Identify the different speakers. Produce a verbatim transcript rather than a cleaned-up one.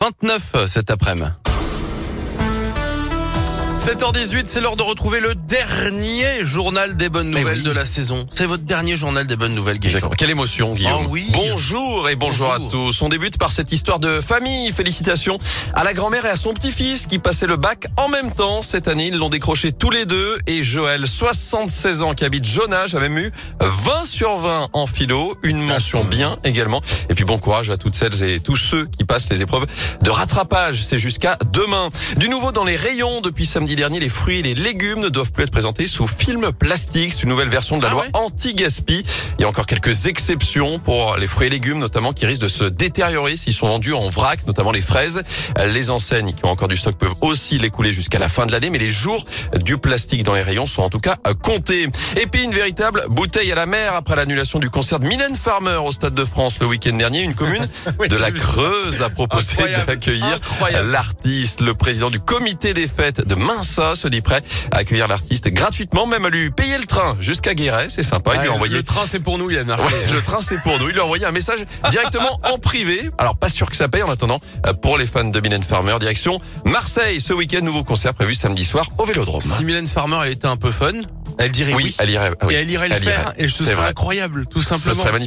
Speaker 1: vingt-neuf cet après-midi. sept heures dix-huit, c'est l'heure de retrouver le dernier journal des bonnes nouvelles oui. de la saison. C'est votre dernier journal des bonnes nouvelles, Guillaume.
Speaker 2: Quelle émotion, Guillaume.
Speaker 1: Oh oui.
Speaker 2: Bonjour et bonjour,
Speaker 1: bonjour
Speaker 2: à tous. On débute par cette histoire de famille. Félicitations à la grand-mère et à son petit-fils qui passaient le bac en même temps. Cette année, ils l'ont décroché tous les deux. Et Joël, soixante-seize ans, qui habite Jonage, a même eu vingt sur vingt en philo. Une mention bien également. Et puis bon courage à toutes celles et tous ceux qui passent les épreuves de rattrapage. C'est jusqu'à demain. Du nouveau dans les rayons depuis samedi dernier, les fruits et les légumes ne doivent plus être présentés sous film plastique. C'est une nouvelle version de la
Speaker 1: ah
Speaker 2: loi
Speaker 1: ouais
Speaker 2: anti-gaspi. Il y a encore quelques exceptions pour les fruits et légumes, notamment qui risquent de se détériorer s'ils sont vendus en vrac, notamment les fraises. Les enseignes qui ont encore du stock peuvent aussi l'écouler jusqu'à la fin de l'année, mais les jours du plastique dans les rayons sont en tout cas comptés. Et puis une véritable bouteille à la mer après l'annulation du concert de Mylène Farmer au Stade de France le week-end dernier. Une commune oui, de la Creuse a proposé d'accueillir l'artiste. Le président du comité des fêtes de Minsa se dit prêt à accueillir l'artiste gratuitement, même à lui payer le train jusqu'à Guéret. C'est sympa.
Speaker 1: Ouais,
Speaker 2: il lui a envoyé...
Speaker 1: Le train, c'est pour nous, il a marqué.
Speaker 2: Ouais, le train, c'est pour nous. Il lui a envoyé un message directement en privé. Alors, pas sûr que ça paye en attendant. Pour les fans de Mylène Farmer, direction Marseille. Ce week-end, nouveau concert prévu samedi soir au Vélodrome.
Speaker 1: Si Mylène Farmer, elle était un peu fun, elle dirait oui.
Speaker 2: oui. Elle irait, oui.
Speaker 1: Et elle irait le
Speaker 2: elle
Speaker 1: faire.
Speaker 2: Irait.
Speaker 1: Et ce serait
Speaker 2: vrai.
Speaker 1: incroyable, tout simplement.
Speaker 2: Ce serait magnifique.